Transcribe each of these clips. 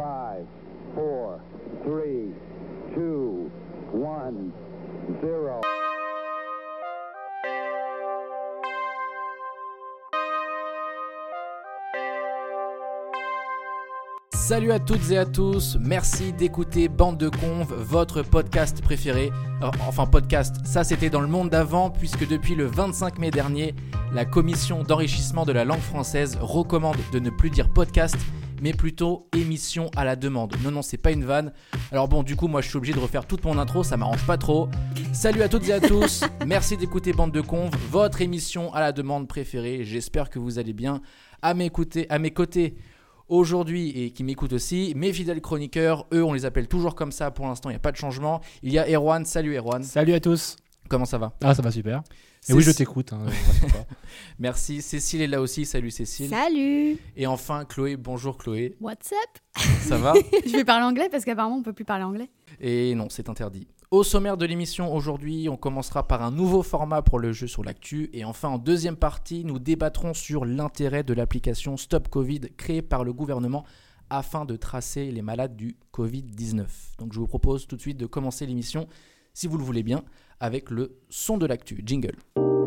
5, 4, 3, 2, 1, 0. Salut à toutes et à tous, merci d'écouter Bande de Conves, votre podcast préféré. Enfin podcast, ça c'était dans le monde d'avant puisque depuis le 25 mai dernier, la commission d'enrichissement de la langue française recommande de ne plus dire podcast mais plutôt émission à la demande. Non, c'est pas une vanne. Alors bon, du coup, moi je suis obligé de refaire toute mon intro, ça m'arrange pas trop. Salut à toutes et à tous, merci d'écouter Bande de Conves, votre émission à la demande préférée. J'espère que vous allez bien. À mes côtés aujourd'hui, et qui m'écoutent aussi, mes fidèles chroniqueurs, eux on les appelle toujours comme ça pour l'instant, il n'y a pas de changement. Il y a Erwan, salut Erwan. Salut à tous. Comment ça va ? Ah, ça va super. Et oui, je t'écoute. Merci. Cécile est là aussi, salut Cécile. Salut. Et enfin Chloé, bonjour Chloé. What's up ? Ça va ? Je vais parler anglais parce qu'apparemment on peut plus parler anglais. Et non, c'est interdit. Au sommaire de l'émission aujourd'hui, on commencera par un nouveau format pour le jeu sur l'actu. Et enfin, en deuxième partie, nous débattrons sur l'intérêt de l'application Stop Covid créée par le gouvernement afin de tracer les malades du Covid-19. Donc je vous propose tout de suite de commencer l'émission, si vous le voulez bien, avec le son de l'actu. Jingle.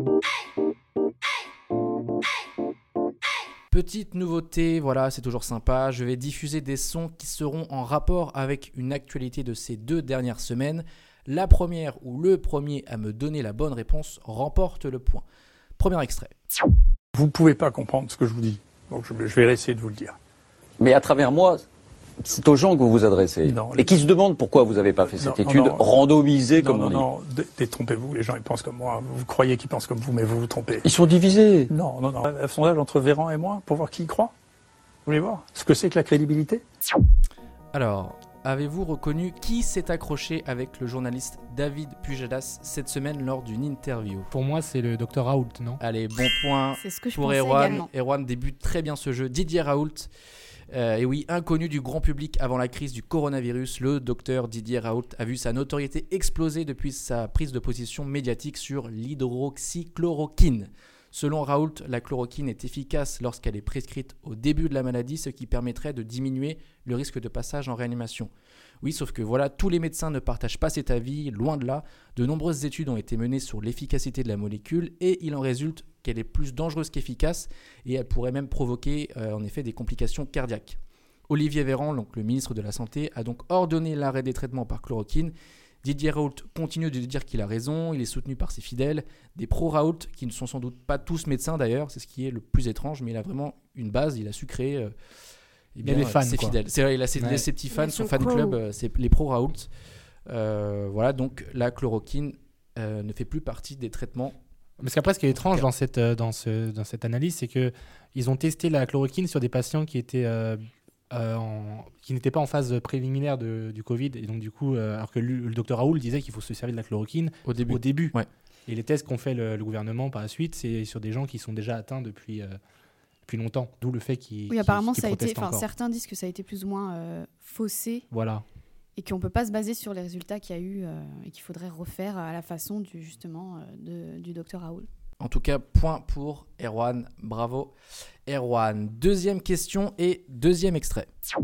Petite nouveauté, voilà, c'est toujours sympa. Je vais diffuser des sons qui seront en rapport avec une actualité de ces 2 dernières semaines. La première ou le premier à me donner la bonne réponse remporte le point. Premier extrait. Vous ne pouvez pas comprendre ce que je vous dis, donc je vais essayer de vous le dire. Mais à travers moi, c'est aux gens que vous vous adressez. Non, et qui se demandent pourquoi vous n'avez pas fait cette étude randomisée, comme on dit. Non, détrompez-vous, les gens ils pensent comme moi. Vous croyez qu'ils pensent comme vous, mais vous vous trompez. Ils sont divisés. Non. Un sondage entre Véran et moi, pour voir qui y croit. Vous voulez voir ce que c'est que la crédibilité ? Alors, avez-vous reconnu qui s'est accroché avec le journaliste David Pujadas cette semaine lors d'une interview ? Pour moi, c'est le Dr Raoult, non ? Allez, bon point C'est ce que je pour pensais Erwan. également. Erwan débute très bien ce jeu. Didier Raoult. Et oui, inconnu du grand public avant la crise du coronavirus, le docteur Didier Raoult a vu sa notoriété exploser depuis sa prise de position médiatique sur l'hydroxychloroquine. Selon Raoult, la chloroquine est efficace lorsqu'elle est prescrite au début de la maladie, ce qui permettrait de diminuer le risque de passage en réanimation. Oui, sauf que voilà, tous les médecins ne partagent pas cet avis, loin de là. De nombreuses études ont été menées sur l'efficacité de la molécule et il en résulte qu'elle est plus dangereuse qu'efficace et elle pourrait même provoquer en effet des complications cardiaques. Olivier Véran, donc le ministre de la Santé, a donc ordonné l'arrêt des traitements par chloroquine. Didier Raoult continue de dire qu'il a raison, il est soutenu par ses fidèles, des pro-Raoult qui ne sont sans doute pas tous médecins d'ailleurs, c'est ce qui est le plus étrange, mais il a vraiment une base, il a su créer il y a des fans, ses quoi. fidèles. C'est vrai, il a ses petits fans, son fan club, c'est les pro-Raoult. Voilà, donc la chloroquine ne fait plus partie des traitements. Parce qu'après, ce qui est étrange dans cette analyse, c'est qu'ils ont testé la chloroquine sur des patients qui étaient... qui n'étaient pas en phase préliminaire du Covid, et donc du coup, alors que le docteur Raoult disait qu'il faut se servir de la chloroquine au début. Ouais. Et les tests qu'ont fait le gouvernement par la suite, c'est sur des gens qui sont déjà atteints depuis longtemps, d'où le fait qu'ils apparemment qu'ils ça a été, encore. certains disent que ça a été plus ou moins faussé. Voilà. Et qu'on peut pas se baser sur les résultats qu'il y a eu et qu'il faudrait refaire à la façon du docteur Raoult. En tout cas, point pour Erwan. Bravo, Erwan. Deuxième question et deuxième extrait.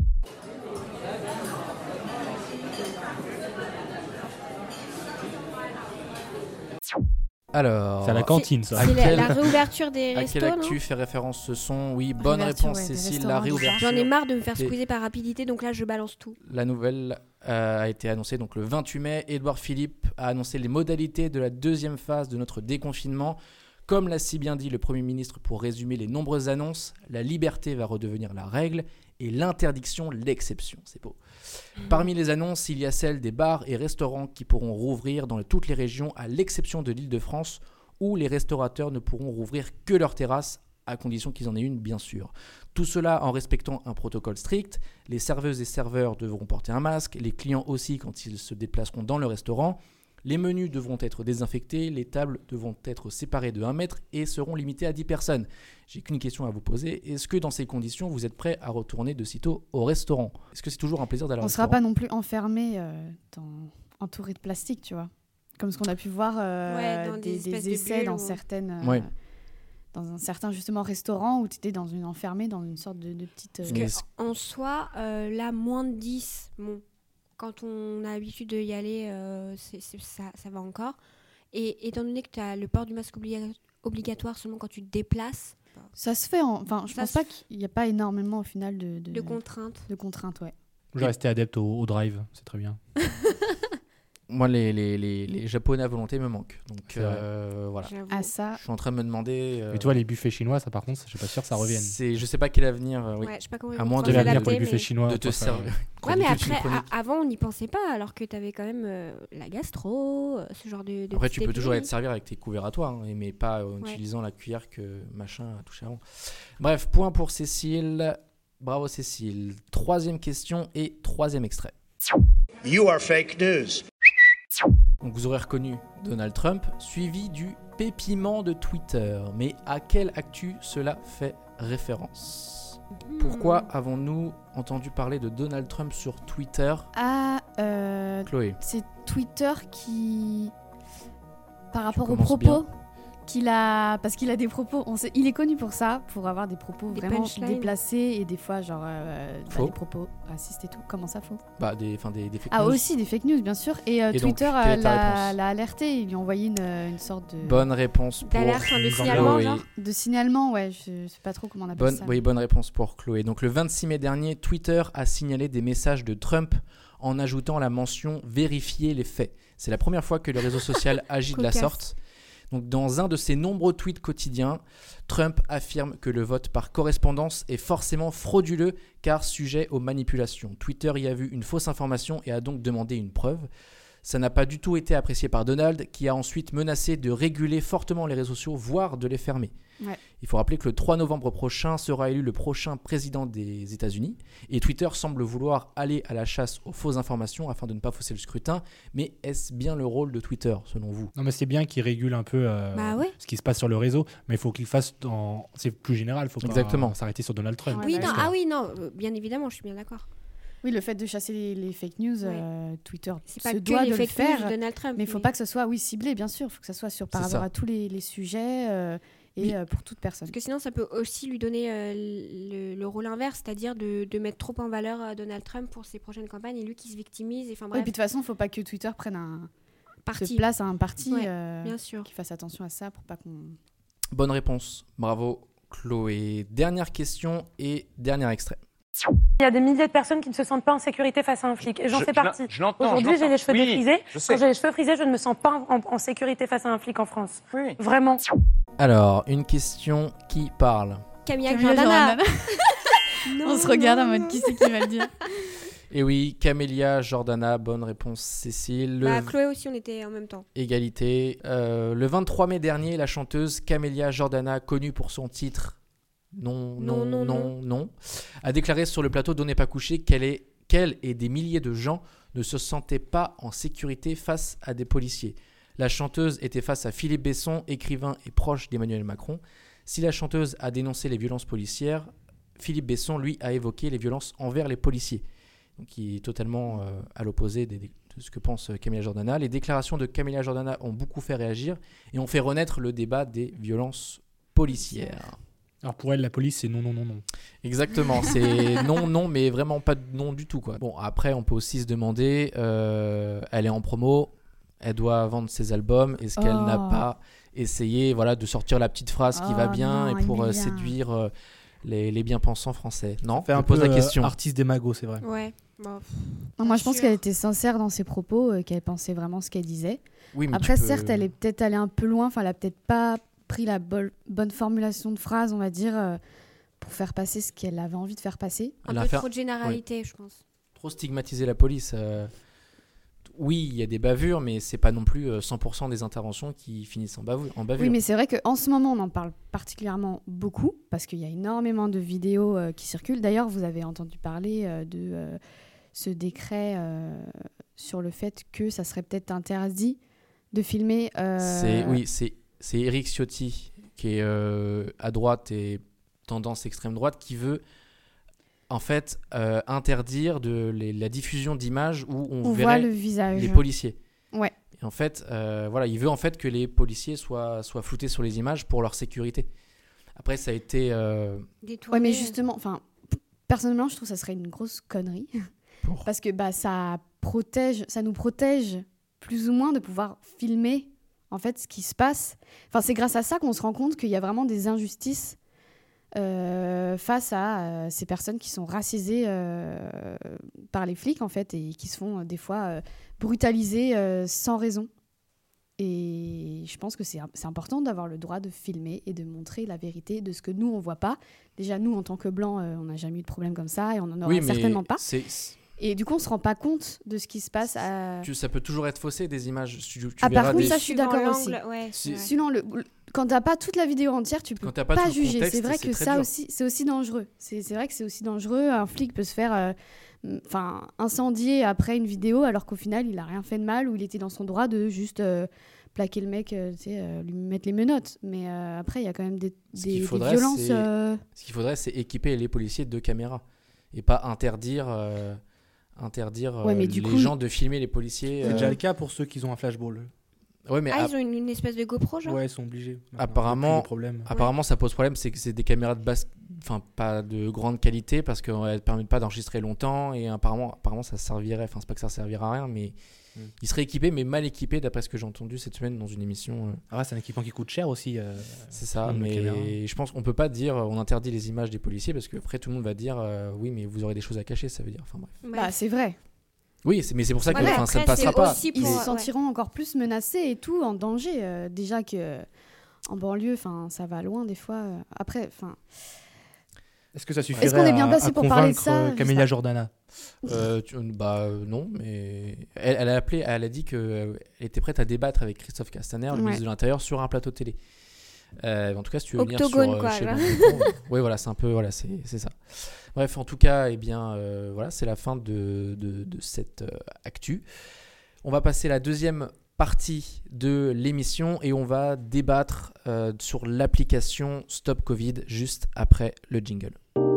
Alors, c'est à la cantine, ça. C'est la réouverture des restos, à quelle non ? actu fait référence ce son ? Oui, bonne réponse, Cécile. La réouverture. J'en ai marre de me faire squeezer par rapidité, donc là, je balance tout. La nouvelle a été annoncée donc, le 28 mai. Édouard Philippe a annoncé les modalités de la deuxième phase de notre déconfinement. Comme l'a si bien dit le Premier ministre pour résumer les nombreuses annonces, la liberté va redevenir la règle et l'interdiction l'exception. C'est beau. Parmi les annonces, il y a celle des bars et restaurants qui pourront rouvrir dans toutes les régions à l'exception de l'Île-de-France où les restaurateurs ne pourront rouvrir que leurs terrasses à condition qu'ils en aient une bien sûr. Tout cela en respectant un protocole strict. Les serveuses et serveurs devront porter un masque, les clients aussi quand ils se déplaceront dans le restaurant. Les menus devront être désinfectés, les tables devront être séparées de 1 mètre et seront limitées à 10 personnes. J'ai qu'une question à vous poser. Est-ce que dans ces conditions, vous êtes prêt à retourner de sitôt au restaurant ? Est-ce que c'est toujours un plaisir d'aller au restaurant ? On ne sera pas non plus enfermé entouré de plastique, tu vois. Comme ce qu'on a pu voir dans des essais dans certaines... dans un certain justement restaurant où tu étais enfermé dans une sorte de petite... En soi, là, moins de 10, bon, quand on a l'habitude d'y aller, ça va encore. Et étant donné que tu as le port du masque obligatoire seulement quand tu te déplaces... Ça se fait, enfin, je pense pas qu'il n'y a pas énormément au final de contraintes. De contraintes, ouais. Je vais rester adepte au drive, c'est très bien. Moi, les japonais à volonté me manquent. Donc voilà. Ah, ça... Je suis en train de me demander. Mais tu vois, les buffets chinois, ça par contre, je suis pas sûr que ça revienne. Je sais pas quel avenir. Oui. Ouais, je sais pas comment à moins de l'avenir pour les buffets chinois. De te servir. Ouais, mais après, avant, on n'y pensait pas, alors que tu avais quand même la gastro, ce genre de. Après, tu peux toujours être servi avec tes couverts à toi, hein, mais pas en utilisant la cuillère que machin a touché avant. Bref, point pour Cécile. Bravo Cécile. 3e question et 3e extrait. You are fake news. Donc vous aurez reconnu Donald Trump, suivi du pépiment de Twitter. Mais à quelle actu cela fait référence ? Pourquoi avons-nous entendu parler de Donald Trump sur Twitter ? Chloé. C'est Twitter qui, par rapport aux commences propos qu'il a, parce qu'il a des propos, il est connu pour ça, pour avoir des propos vraiment déplacés et des fois genre des propos racistes et tout. Comment ça, faux ? Des fake news. Ah, aussi des fake news, bien sûr. Et Twitter l'a alerté, il lui a envoyé une sorte de... Bonne réponse pour... D'alerte, de signalement, genre ? De signalement, ouais, je sais pas trop comment on appelle ça. Oui, bonne réponse pour Chloé. Donc le 26 mai dernier, Twitter a signalé des messages de Trump en ajoutant la mention « Vérifier les faits ». C'est la première fois que le réseau social agit de la sorte. Donc, dans un de ses nombreux tweets quotidiens, Trump affirme que le vote par correspondance est forcément frauduleux car sujet aux manipulations. Twitter y a vu une fausse information et a donc demandé une preuve. Ça n'a pas du tout été apprécié par Donald, qui a ensuite menacé de réguler fortement les réseaux sociaux, voire de les fermer. Ouais. Il faut rappeler que le 3 novembre prochain sera élu le prochain président des États-Unis. Et Twitter semble vouloir aller à la chasse aux fausses informations afin de ne pas fausser le scrutin. Mais est-ce bien le rôle de Twitter, selon vous ? Non, mais c'est bien qu'il régule un peu ce qui se passe sur le réseau, mais il faut qu'il fasse c'est plus général. Il faut pas s'arrêter sur Donald Trump. Oui, bien évidemment, je suis bien d'accord. Oui, le fait de chasser les fake news, Twitter se doit de le faire, Donald Trump, mais il ne faut pas que ce soit ciblé, bien sûr. Il faut que ça soit par rapport à tous les sujets pour toute personne. Parce que sinon, ça peut aussi lui donner le rôle inverse, c'est-à-dire de mettre trop en valeur Donald Trump pour ses prochaines campagnes et lui qui se victimise. Et puis de toute façon, il ne faut pas que Twitter prenne se place à un parti bien sûr. Qui fasse attention à ça pour pas qu'on... Bonne réponse. Bravo, Chloé. Dernière question et dernier extrait. Il y a des milliers de personnes qui ne se sentent pas en sécurité face à un flic. Et j'en fais partie. Aujourd'hui, j'ai les cheveux défrisés. Quand j'ai les cheveux frisés, je ne me sens pas en sécurité face à un flic en France. Oui. Vraiment. Alors, une question qui parle. Camilla Jordana. On se regarde en mode qui c'est qui va le dire. Et oui, Camélia Jordana, bonne réponse Cécile. Chloé aussi, on était en même temps. Égalité. Le 23 mai dernier, la chanteuse Camélia Jordana, connue pour son titre Non, a déclaré sur le plateau d'On n'est pas couché qu'elle et des milliers de gens ne se sentaient pas en sécurité face à des policiers. La chanteuse était face à Philippe Besson, écrivain et proche d'Emmanuel Macron. Si la chanteuse a dénoncé les violences policières, Philippe Besson, lui, a évoqué les violences envers les policiers. Donc, qui est totalement à l'opposé de ce que pense Camélia Jordana. Les déclarations de Camélia Jordana ont beaucoup fait réagir et ont fait renaître le débat des violences policières. Alors pour elle, la police, c'est non. Exactement, c'est non, mais vraiment pas de non du tout, quoi. Bon, après, on peut aussi se demander, elle est en promo, elle doit vendre ses albums, est-ce qu'elle n'a pas essayé de sortir la petite phrase qui va bien et pour séduire les bien-pensants français ? Non, fait un pose peu la question. Artiste démago, c'est vrai. Ouais. Non, moi, je pense qu'elle était sincère dans ses propos, qu'elle pensait vraiment ce qu'elle disait. Oui, mais après, certes, elle est peut-être allée un peu loin, elle a peut-être pas pris la bonne formulation de phrase, on va dire, pour faire passer ce qu'elle avait envie de faire passer. Un peu trop de généralité, je pense. Trop stigmatiser la police. Oui, il y a des bavures, mais c'est pas non plus 100% des interventions qui finissent en bavure. Oui, mais c'est vrai qu'en ce moment, on en parle particulièrement beaucoup, parce qu'il y a énormément de vidéos qui circulent. D'ailleurs, vous avez entendu parler de ce décret sur le fait que ça serait peut-être interdit de filmer... C'est Éric Ciotti, qui est à droite et tendance extrême droite, qui veut en fait interdire la diffusion d'images où on verrait le visage. Les policiers. Ouais. Et en fait, il veut en fait que les policiers soient floutés sur les images pour leur sécurité. Après, ça a été... détourné. Ouais, mais justement, personnellement, je trouve que ça serait une grosse connerie. Parce que ça nous protège plus ou moins de pouvoir filmer en fait ce qui se passe. Enfin, c'est grâce à ça qu'on se rend compte qu'il y a vraiment des injustices face à ces personnes qui sont racisées par les flics en fait et qui se font des fois brutaliser sans raison. Et je pense que c'est important d'avoir le droit de filmer et de montrer la vérité de ce que nous on voit pas. Déjà nous en tant que blancs, on n'a jamais eu de problème comme ça et on en aura certainement pas. Et du coup, on se rend pas compte de ce qui se passe. Ça peut toujours être faussé, des images. Par contre, ça, je suis d'accord aussi. Sinon, quand t'as pas toute la vidéo entière, tu peux pas juger. Contexte, c'est vrai que ça aussi, c'est aussi dangereux. C'est vrai que c'est aussi dangereux. Un flic peut se faire incendier après une vidéo, alors qu'au final, il a rien fait de mal ou il était dans son droit de juste plaquer le mec, lui mettre les menottes. Mais après, il y a quand même des violences. Ce qu'il faudrait, c'est équiper les policiers de caméras et pas interdire les gens de filmer les policiers. C'est déjà le cas pour ceux qui ont un flashball. Ouais, mais ils ont une espèce de GoPro, genre. Ouais, ils sont obligés. Apparemment, ça pose problème, c'est que c'est des caméras de basse, pas de grande qualité parce qu'elles ne permettent pas d'enregistrer longtemps et apparemment ça servirait, c'est pas que ça servira à rien, mais ils seraient équipés mais mal équipés d'après ce que j'ai entendu cette semaine dans une émission. C'est un équipement qui coûte cher aussi. C'est ça, mais je pense qu'on peut pas dire on interdit les images des policiers parce qu'après tout le monde va dire oui mais vous aurez des choses à cacher, ça veut dire. Enfin bref. C'est vrai. Oui, mais c'est pour ça que ça ne passera pas. Ils se sentiront encore plus menacés et tout, en danger. Déjà que en banlieue, ça va loin des fois. Après, est-ce que ça suffirait Est-ce qu'on est bien placé pour parler de ça, Camélia Jordana non, mais elle a dit qu'elle était prête à débattre avec Christophe Castaner, le ministre de l'Intérieur, sur un plateau télé. En tout cas, si tu veux Octogone, venir sur oui, voilà, c'est un peu, voilà, c'est ça. Bref, en tout cas, voilà, c'est la fin de cette actu. On va passer à la deuxième partie de l'émission et on va débattre sur l'application Stop Covid juste après le jingle.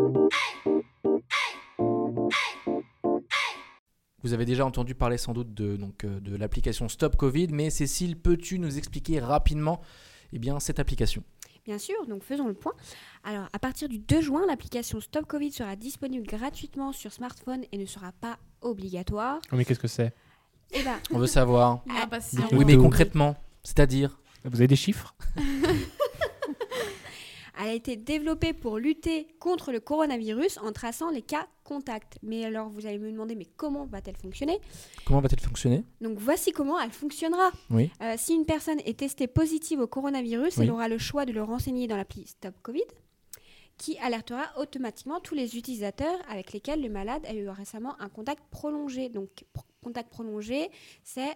Vous avez déjà entendu parler sans doute de l'application Stop Covid, mais Cécile, peux-tu nous expliquer rapidement cette application ? Bien sûr, donc faisons le point. Alors, à partir du 2 juin, l'application Stop Covid sera disponible gratuitement sur smartphone et ne sera pas obligatoire. Mais qu'est-ce que c'est ? On veut savoir. Oui, mais concrètement, c'est-à-dire ? Vous avez des chiffres ? Elle a été développée pour lutter contre le coronavirus en traçant les cas contacts. Mais alors, vous allez me demander, mais comment va-t-elle fonctionner ? Donc, voici comment elle fonctionnera. Oui. Si une personne est testée positive au coronavirus, elle aura le choix de le renseigner dans l'appli Stop Covid, qui alertera automatiquement tous les utilisateurs avec lesquels le malade a eu récemment un contact prolongé. Donc, contact prolongé, c'est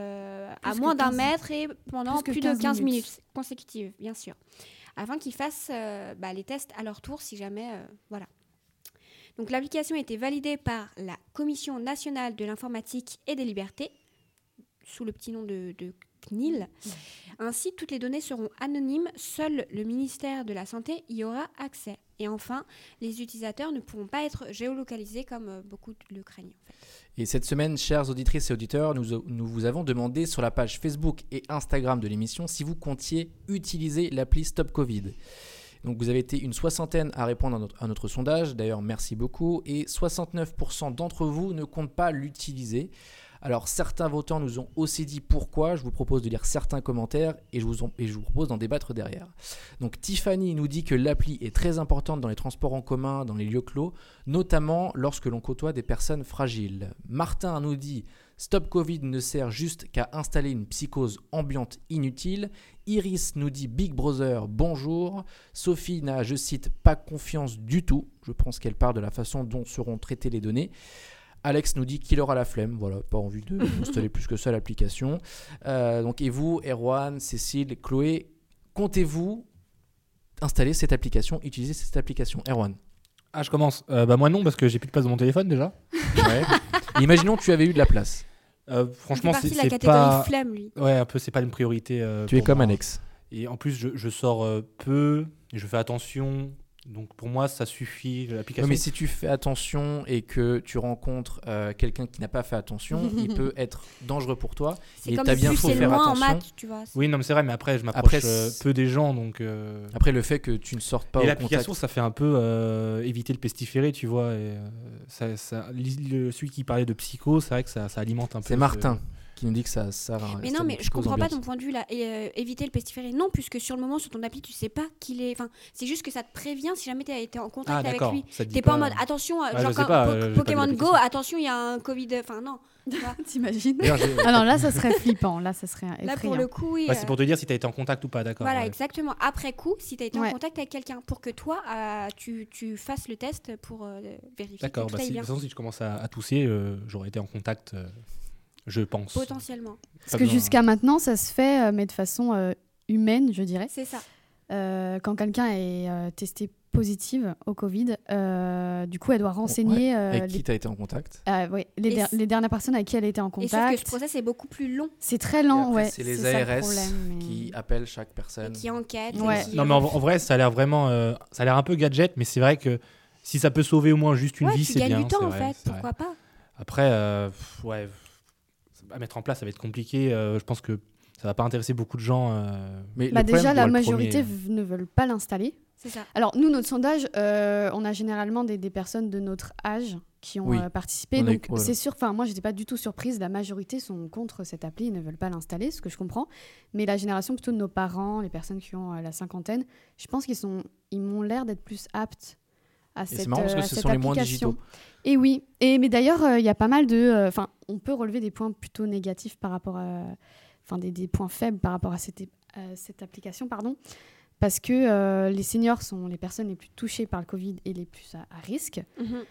à moins d'1 mètre et pendant plus de 15 minutes consécutives, bien sûr. Afin qu'ils fassent les tests à leur tour si jamais... voilà. Donc l'application a été validée par la Commission nationale de l'informatique et des libertés, sous le petit nom de CNIL. Ainsi, toutes les données seront anonymes, seul le ministère de la Santé y aura accès. Et enfin, les utilisateurs ne pourront pas être géolocalisés comme beaucoup le craignent. En fait. Et cette semaine, chères auditrices et auditeurs, nous vous avons demandé sur la page Facebook et Instagram de l'émission si vous comptiez utiliser l'appli Stop Covid. Donc vous avez été une 60aine à répondre à notre sondage, d'ailleurs merci beaucoup, et 69% d'entre vous ne comptent pas l'utiliser. Alors certains votants nous ont aussi dit pourquoi, je vous propose de lire certains commentaires et je vous propose d'en débattre derrière. Donc Tiffany nous dit que l'appli est très importante dans les transports en commun, dans les lieux clos, notamment lorsque l'on côtoie des personnes fragiles. Martin nous dit Stop Covid ne sert juste qu'à installer une psychose ambiante inutile. Iris nous dit Big Brother, bonjour. Sophie n'a, je cite, pas confiance du tout. Je pense qu'elle parle de la façon dont seront traitées les données. Alex nous dit qu'il aura la flemme, voilà, pas envie d'installer plus que ça l'application. Et vous, Erwan, Cécile, Chloé, comptez-vous installer cette application, utiliser cette application ? Erwan ? Je commence. Moi non, parce que j'ai plus de place dans mon téléphone déjà. Ouais. Imaginons que tu avais eu de la place. Franchement, c'est la catégorie pas... flemme, lui. Ouais, un peu, c'est pas une priorité. Tu es comme Alex. Et en plus, je sors peu, et je fais attention. Donc pour moi, ça suffit. L'application. Mais si tu fais attention et que tu rencontres quelqu'un qui n'a pas fait attention, il peut être dangereux pour toi. C'est et comme t'as bien plus faut c'est faire loin attention. en maths, tu vois. Oui, non, mais c'est vrai, mais après, je m'approche peu des gens. Donc, Après, le fait que tu ne sortes pas et au l'application, contact. ça fait un peu éviter le pestiféré, tu vois. Et, celui qui parlait de psycho, c'est vrai que ça alimente un peu. C'est Martin qui nous dit que ça sert à. Mais non, mais je comprends pas ton point de vue là. Et éviter le pestiféré, non, puisque sur le moment, sur ton appli, tu sais pas qu'il est. Enfin, c'est juste que ça te prévient si jamais tu as été en contact avec lui. T'es pas en mode attention, genre quand Pokémon Go, attention, il y a un Covid. Enfin, non. T'imagines? Alors là, ça serait flippant. Là, ça serait effrayant. Là, pour le coup, oui. C'est pour te dire si tu as été en contact ou pas, d'accord. Voilà, exactement. Après coup, si tu as été en contact avec quelqu'un, pour que toi, tu fasses le test pour vérifier. D'accord, que tout aille bien. De toute façon, si je commence à tousser, j'aurais été en contact. Je pense. Potentiellement. Parce que jusqu'à maintenant, ça se fait, mais de façon humaine, je dirais. C'est ça. Quand quelqu'un est testé positive au Covid, du coup, elle doit renseigner... avec qui tu as été en contact. Oui, les dernières personnes avec qui elle était en contact. Et sauf que ce process est beaucoup plus long. C'est très lent, après, c'est les ARS qui appellent chaque personne. Et qui enquêtent. Ouais. Non, mais en vrai, ça a l'air vraiment... ça a l'air un peu gadget, mais c'est vrai que si ça peut sauver au moins juste une vie, c'est bien. Tu gagnes du temps, en vrai, fait. Pourquoi pas? Après, à mettre en place, ça va être compliqué. Je pense que ça va pas intéresser beaucoup de gens. Mais déjà, la majorité ne veulent pas l'installer. C'est ça. Alors, nous, notre sondage, on a généralement des personnes de notre âge qui ont participé. Donc, c'est sûr, moi, j'étais pas du tout surprise. La majorité sont contre cette appli, ils ne veulent pas l'installer, ce que je comprends. Mais la génération plutôt de nos parents, les personnes qui ont la cinquantaine, je pense ils m'ont l'air d'être plus aptes à cette application. C'est marrant parce que ce sont les moins digitaux. Et oui. Mais d'ailleurs, il y a pas mal de... on peut relever des points plutôt négatifs par rapport à... des points faibles par rapport à cette application, pardon. Parce que les seniors sont les personnes les plus touchées par le Covid et les plus à risque.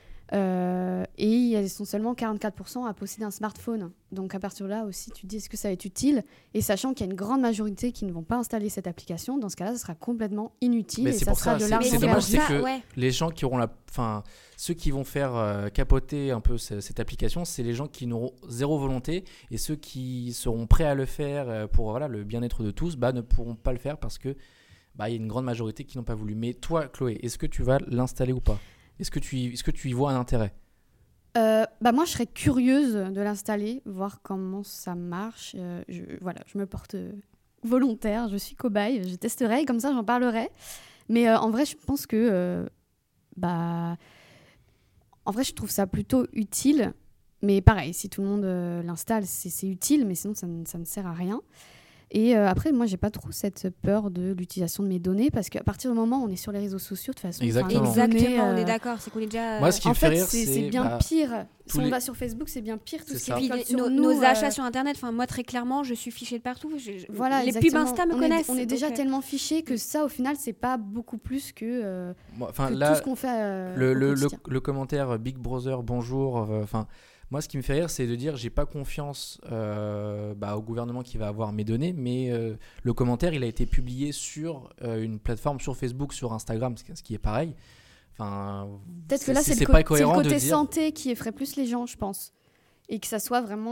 Et elles sont seulement 44% à posséder un smartphone. Donc à partir de là aussi, tu te dis est-ce que ça va être utile? Et sachant qu'il y a une grande majorité qui ne vont pas installer cette application, dans ce cas-là, ça sera complètement inutile. Mais et ça sera de l'argent. C'est dommage, c'est que les gens qui auront ceux qui vont faire capoter un peu cette application, c'est les gens qui n'auront zéro volonté, et ceux qui seront prêts à le faire pour le bien-être de tous, ne pourront pas le faire parce que il y a une grande majorité qui n'ont pas voulu. Mais toi, Chloé, est-ce que tu vas l'installer ou pas? Est-ce que tu y vois un intérêt? Moi, je serais curieuse de l'installer, voir comment ça marche. Je me porte volontaire, je suis cobaye, je testerai, comme ça j'en parlerai. Mais en vrai, je pense que... en vrai, je trouve ça plutôt utile. Mais pareil, si tout le monde l'installe, c'est utile, mais sinon, ça ne sert à rien. Et après, moi, j'ai pas trop cette peur de l'utilisation de mes données, parce qu'à partir du moment où on est sur les réseaux sociaux, de toute façon... Exactement, on est d'accord, c'est qu'on est déjà... Moi, ce qui me fait rire, c'est bien pire. Si on va sur Facebook, c'est bien pire. Tout ce qui est nos achats sur Internet, moi, très clairement, je suis fichée de partout. Voilà, les pubs Insta me connaissent. On est déjà tellement fichés que ça, au final, c'est pas beaucoup plus que tout ce qu'on fait le commentaire Big Brother, bonjour... Moi, ce qui me fait rire, c'est de dire j'ai pas confiance au gouvernement qui va avoir mes données, mais le commentaire, il a été publié sur une plateforme, sur Facebook, sur Instagram, ce qui est pareil. Peut-être que là, c'est le côté santé qui effraie plus les gens, je pense. Et que ça soit vraiment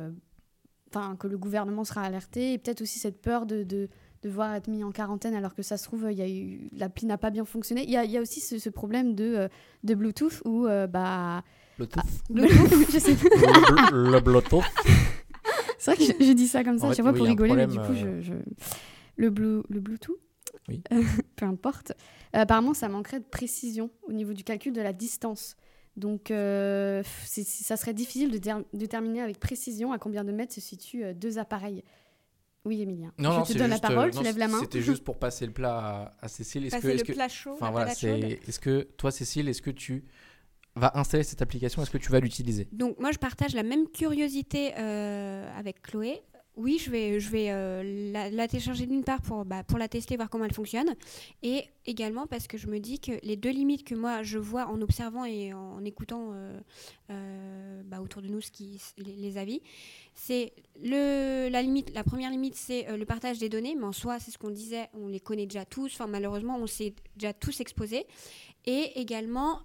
que le gouvernement sera alerté, et peut-être aussi cette peur de devoir être mis en quarantaine alors que ça se trouve, l'appli n'a pas bien fonctionné. Il y a aussi ce problème de Bluetooth où... Bluetooth. Je sais pas. Le Bluetooth. C'est vrai que je dis ça comme ça, je vois pour rigoler, mais du coup, le Bluetooth, oui. Peu importe. Apparemment, ça manquerait de précision au niveau du calcul de la distance. Donc, ça serait difficile de déterminer avec précision à combien de mètres se situent deux appareils. Oui, Emilien. Je te donne la parole, tu lèves la main. C'était juste pour passer le plat à Cécile. Plat chaud. Est-ce que toi, Cécile, est-ce que tu vas installer cette application? Est-ce que tu vas l'utiliser? Donc moi, je partage la même curiosité avec Chloé. Oui, je vais la télécharger d'une part pour la tester, voir comment elle fonctionne, et également parce que je me dis que les deux limites que moi je vois en observant et en écoutant autour de nous les avis, c'est la première limite, c'est le partage des données, mais en soi, c'est ce qu'on disait, on les connaît déjà tous, malheureusement, on s'est déjà tous exposés, et également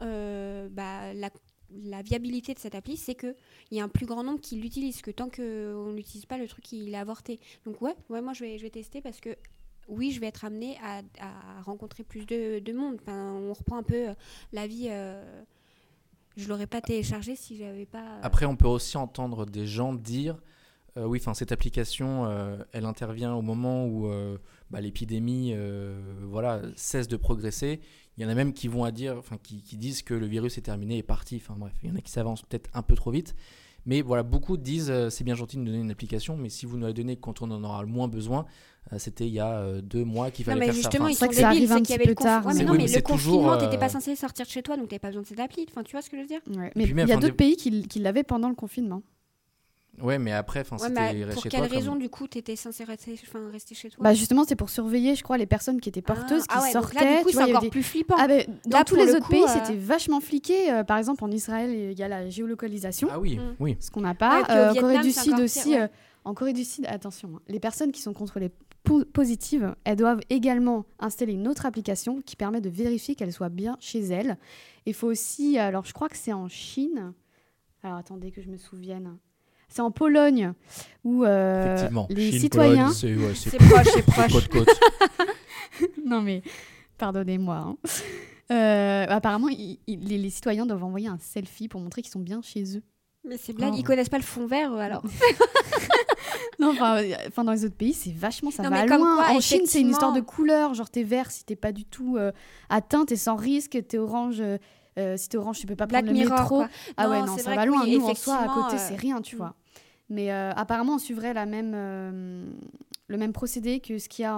la viabilité de cette appli, c'est qu'il y a un plus grand nombre qui l'utilisent, que tant qu'on ne l'utilise pas, le truc il est avorté. Donc moi je vais tester parce que oui, je vais être amenée à rencontrer plus de monde. Enfin, on reprend un peu la vie. Je l'aurais pas téléchargé si j'avais pas. Après, on peut aussi entendre des gens dire oui, enfin cette application, elle intervient au moment où l'épidémie, cesse de progresser. Il y en a même qui vont qui disent que le virus est terminé et parti. Enfin bref, il y en a qui s'avancent peut-être un peu trop vite. Mais voilà, beaucoup disent c'est bien gentil de nous donner une application, mais si vous nous la donnez quand on en aura le moins besoin, c'était il y a 2 mois qu'il fallait faire ça. Justement, ils sont débiles, c'est qu'il y avait le confinement. Mais le confinement, toujours, t'étais pas censé sortir de chez toi, donc t'avais pas besoin de cette appli. Enfin, tu vois ce que je veux dire? Ouais. Mais il y a d'autres pays qui l'avaient pendant le confinement. Ouais, mais après, c'était pour chez quelle toi, raison, du coup, t'étais censé rester chez toi? Justement, c'est pour surveiller, je crois, les personnes qui étaient porteuses, qui sortaient. Donc là, du coup, c'est encore plus flippant. Dans tous les autres pays, c'était vachement fliqué. Par exemple, en Israël, il y a la géolocalisation. Ah oui, oui. Ce qu'on n'a pas. En Corée du Sud aussi. En Corée du Sud, attention, les personnes qui sont contrôlées positives, elles doivent également installer une autre application qui permet de vérifier qu'elles soient bien chez elles. Il faut aussi, alors je crois que c'est en Chine. Alors attendez que je me souvienne. C'est en Pologne où les Chine, citoyens... Pologne, c'est proche, c'est proche. Côte. Non mais, pardonnez-moi. Apparemment, les citoyens doivent envoyer un selfie pour montrer qu'ils sont bien chez eux. Mais c'est blague, ils connaissent pas le fond vert alors. Non, enfin dans les autres pays, c'est vachement, ça va loin. Quoi, en Chine, c'est une histoire de couleur. Genre, t'es vert si t'es pas du tout atteint, t'es sans risque. T'es orange, si t'es orange, tu peux pas prendre le métro. Quoi. Ah ouais, non, ça va loin. Nous, en soi, à côté, c'est rien, tu vois. Mais apparemment, on suivrait le même procédé que ce qu'il y a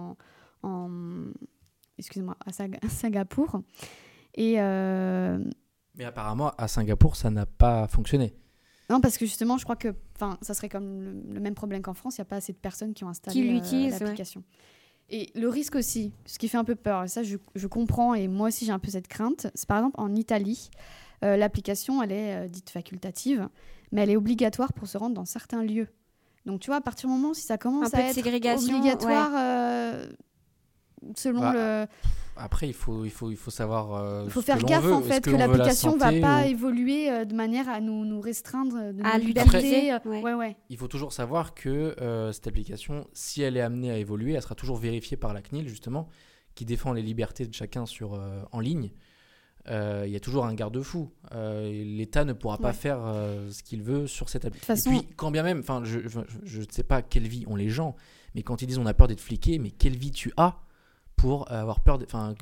excusez-moi, à Singapour. Et Mais apparemment, à Singapour, ça n'a pas fonctionné. Non, parce que justement, je crois que ça serait comme le même problème qu'en France. Il n'y a pas assez de personnes qui ont installé l'application. Ouais. Et le risque aussi, ce qui fait un peu peur, et ça, je comprends, et moi aussi, j'ai un peu cette crainte. C'est par exemple, en Italie, l'application, elle est dite facultative, mais elle est obligatoire pour se rendre dans certains lieux. Donc, tu vois, à partir du moment où si ça commence à être obligatoire, selon le... Après, il faut savoir. Il faut faire gaffe en fait que l'application ne va pas évoluer de manière à nous restreindre de notre liberté. Ouais. Il faut toujours savoir que cette application, si elle est amenée à évoluer, elle sera toujours vérifiée par la CNIL justement, qui défend les libertés de chacun en ligne. Il y a toujours un garde-fou. L'État ne pourra pas faire ce qu'il veut sur cette application. Et puis, quand bien même, je ne sais pas quelle vie ont les gens, mais quand ils disent on a peur d'être fliqué, mais quelle vie tu as pour avoir peur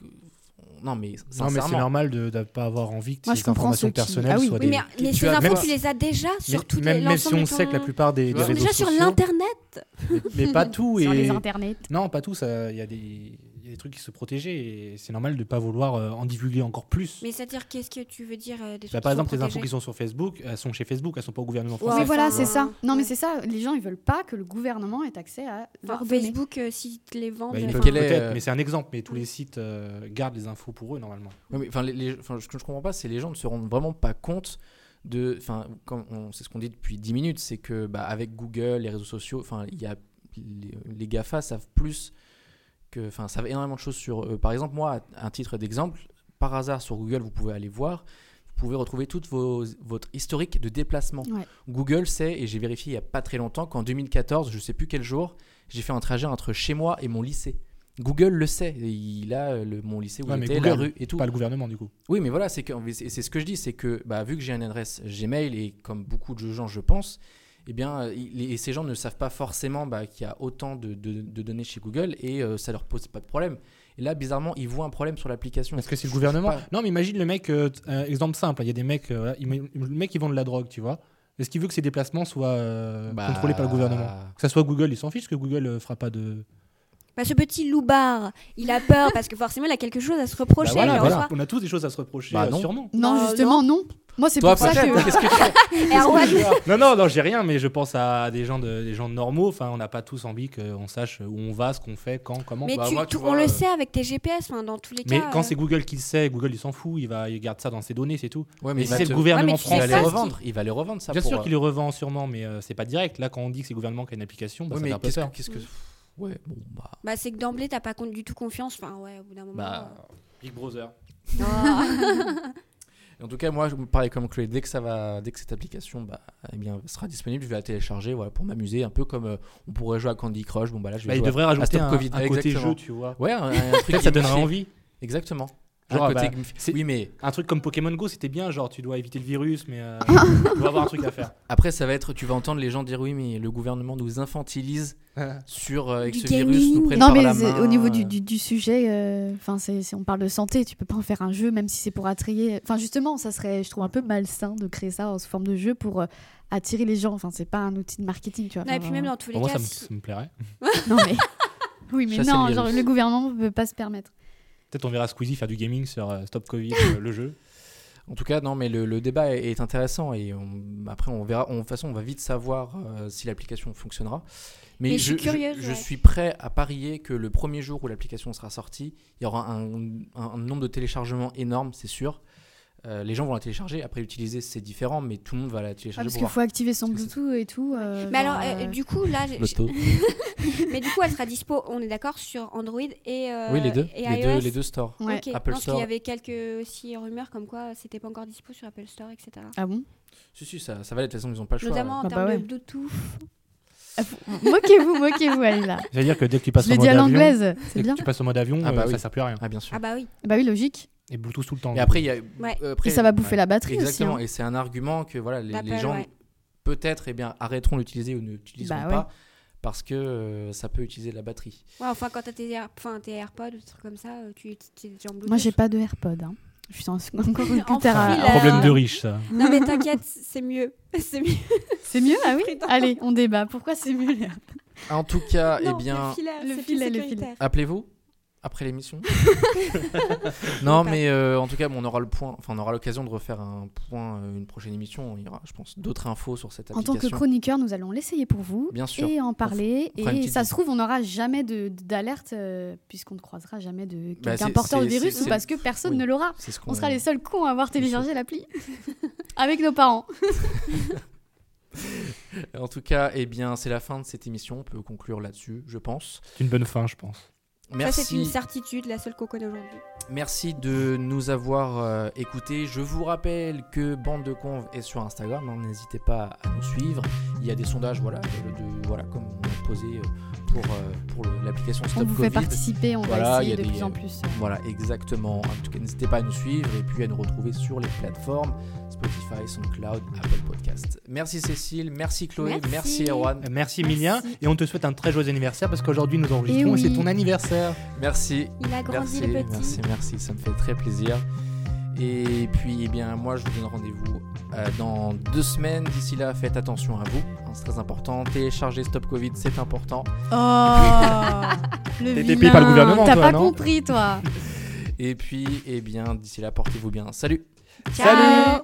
non mais sincèrement, c'est normal de ne pas avoir envie que ces informations personnelles soient mais ces infos tu les as déjà sur toutes les même si on sait que la plupart des réseaux déjà sociaux sur l'internet mais pas tout sur les internets. Non, pas tout, il y a des trucs qui se protégeaient et c'est normal de ne pas vouloir en divulguer encore plus. Mais c'est-à-dire, qu'est-ce que tu veux dire des trucs par exemple, les infos qui sont sur Facebook, elles sont chez Facebook, elles sont pas au gouvernement français. Mais voilà, c'est ça. Non, mais c'est ça. Les gens, ils veulent pas que le gouvernement ait accès à leurs données. Facebook, si les vendent... Ils peuvent peut-être, mais c'est un exemple. Mais tous les sites gardent les infos pour eux, normalement. Oui, mais ce que je comprends pas, c'est que les gens ne se rendent vraiment pas compte de... c'est ce qu'on dit depuis 10 minutes, c'est que avec Google, les réseaux sociaux, il y a les GAFA savent plus... savent énormément de choses sur eux. Par exemple, moi, à un titre d'exemple, par hasard sur Google, vous pouvez aller voir, vous pouvez retrouver tout votre historique de déplacement. Ouais. Google sait, et j'ai vérifié il n'y a pas très longtemps, qu'en 2014, je ne sais plus quel jour, j'ai fait un trajet entre chez moi et mon lycée. Google le sait, il a mon lycée où j'étais, la rue et tout. Pas le gouvernement du coup. Oui, mais voilà, c'est ce que je dis, c'est que vu que j'ai une adresse Gmail, et comme beaucoup de gens, je pense, eh bien, ces gens ne savent pas forcément qu'il y a autant de données chez Google et ça leur pose pas de problème. Et là, bizarrement, ils voient un problème sur l'application. Est-ce que c'est le gouvernement ? Non, mais imagine le mec, exemple simple, il y a des mecs, le mec, ils vendent de la drogue, tu vois. Est-ce qu'il veut que ces déplacements soient contrôlés par le gouvernement ? Que ça soit Google, il s'en fiche que Google fera pas de... Ce petit loupard, il a peur parce que forcément, il a quelque chose à se reprocher. Voilà. On a tous des choses à se reprocher, sûrement. Non, justement, non. Moi, c'est pour ça que... Qu'est-ce que tu fais ? Non, j'ai rien, mais je pense à des gens normaux. Enfin, on n'a pas tous envie qu'on sache où on va, ce qu'on fait, quand, comment. Mais on le sait avec tes GPS, dans tous les cas. Mais quand c'est Google qui le sait, Google, il s'en fout. Il garde ça dans ses données, c'est tout. Ouais, mais c'est le gouvernement français. Il va les revendre, ça. Bien sûr qu'il les revend, sûrement, mais c'est pas direct. Là, quand on dit que c'est le gouvernement qui a une application, ça fait un peu peur. Ouais, c'est que d'emblée, t'as pas du tout confiance. Au bout d'un moment. Big Brother. En tout cas, moi, pareil comme Chloé, dès que cette application sera disponible, je vais la télécharger pour m'amuser, un peu comme on pourrait jouer à Candy Crush. Bon, là, je vais il jouer devrait rajouter un côté jeu, tu vois. Ouais, un truc ça donnerait envie. Exactement. Genre, oui, mais un truc comme Pokémon Go, c'était bien, genre tu dois éviter le virus, mais tu dois avoir un truc à faire. Après, tu vas entendre les gens dire oui, mais le gouvernement nous infantilise avec ce gaming. virus, nous prenne Non, par mais la main. au niveau du sujet, si on parle de santé, tu peux pas en faire un jeu, même si c'est pour attirer. Enfin, justement, ça serait, je trouve, un peu malsain de créer ça sous forme de jeu pour attirer les gens. Enfin, c'est pas un outil de marketing, tu vois. Non, et puis même dans tous les moi, cas. ça me plairait. Non, mais. Oui, mais non, genre, le gouvernement ne peut pas se permettre. Peut-être on verra Squeezie faire du gaming sur Stop Covid, le jeu. En tout cas, non, mais le débat est intéressant et après on verra. De toute façon, on va vite savoir si l'application fonctionnera. Mais je suis curieuse. Je suis prêt à parier que le premier jour où l'application sera sortie, il y aura un nombre de téléchargements énorme, c'est sûr. Les gens vont la télécharger, après l'utiliser c'est différent, mais tout le monde va la télécharger. Parce qu'il faut activer son Bluetooth et tout. Mais alors, du coup, là. Mais du coup, elle sera dispo, on est d'accord, sur Android et oui, les deux. Et iOS. Les deux stores. Ouais. Okay. Apple Parce Store. qu'il y avait quelques aussi rumeurs comme quoi c'était pas encore dispo sur Apple Store, etc. Ah bon? Si, ça va, de toute façon, ils n'ont pas le choix. Notamment en termes de Bluetooth. Moquez-vous, Alila. J'allais dire que dès que tu passes en mode avion, l'anglaise, c'est bien. Tu passes en mode avion, ça sert plus à rien. Ah bien sûr. Ah bah oui. Bah oui, logique. Et Bluetooth tout le temps. Et après, et ça va bouffer la batterie exactement. aussi. Et c'est un argument que les gens peut-être arrêteront d'utiliser ou n'utiliseront pas parce que ça peut utiliser la batterie. Ouais, enfin quand t'as tes AirPods ou des trucs comme ça, tu utilises en Bluetooth. Moi j'ai pas de AirPods. Je suis encore une problème de riche, ça. Non mais t'inquiète, c'est mieux. C'est mieux. C'est mieux? Ah oui. Allez, on débat. Pourquoi c'est mieux? En tout cas, non, le filet. Appelez-vous après l'émission. Non, mais en tout cas, on aura l'occasion de refaire un point une prochaine émission. Il y aura, je pense, d'autres infos sur cette application. En tant que chroniqueur, nous allons l'essayer pour vous. Bien sûr. Et en parler. Et ça se trouve, on n'aura jamais d'alerte puisqu'on ne croisera jamais de quelqu'un porteur de virus ou parce que personne ne l'aura. On sera les seuls cons à avoir téléchargé l'appli avec nos parents. En tout cas, c'est la fin de cette émission. On peut conclure là-dessus, je pense. C'est une bonne fin, je pense. Merci. Ça, c'est une certitude, la seule qu'on connaît aujourd'hui. Merci de nous avoir écoutés. Je vous rappelle que Bande de Conve est sur Instagram. N'hésitez pas à nous suivre. Il y a des sondages, comme on a posé pour l'application Stop Covid. On vous fait participer, on va essayer de plus en plus. Voilà, exactement. En tout cas, n'hésitez pas à nous suivre et puis à nous retrouver sur les plateformes Spotify, SoundCloud, Apple Podcast. Merci Cécile, merci Chloé, merci Erwan. Merci Emilien. Et on te souhaite un très joyeux anniversaire parce qu'aujourd'hui nous enregistrons et c'est ton anniversaire. Merci. Il a grandi le petit. Merci, ça me fait très plaisir. Et puis, moi, je vous donne rendez-vous dans 2 semaines. D'ici là, faites attention à vous. C'est très important. Téléchargez Stop Covid, c'est important. Oh, le vilain. T'es payé par le gouvernement, T'as toi, pas non compris, toi. Et puis, d'ici là, portez-vous bien. Salut. Ciao.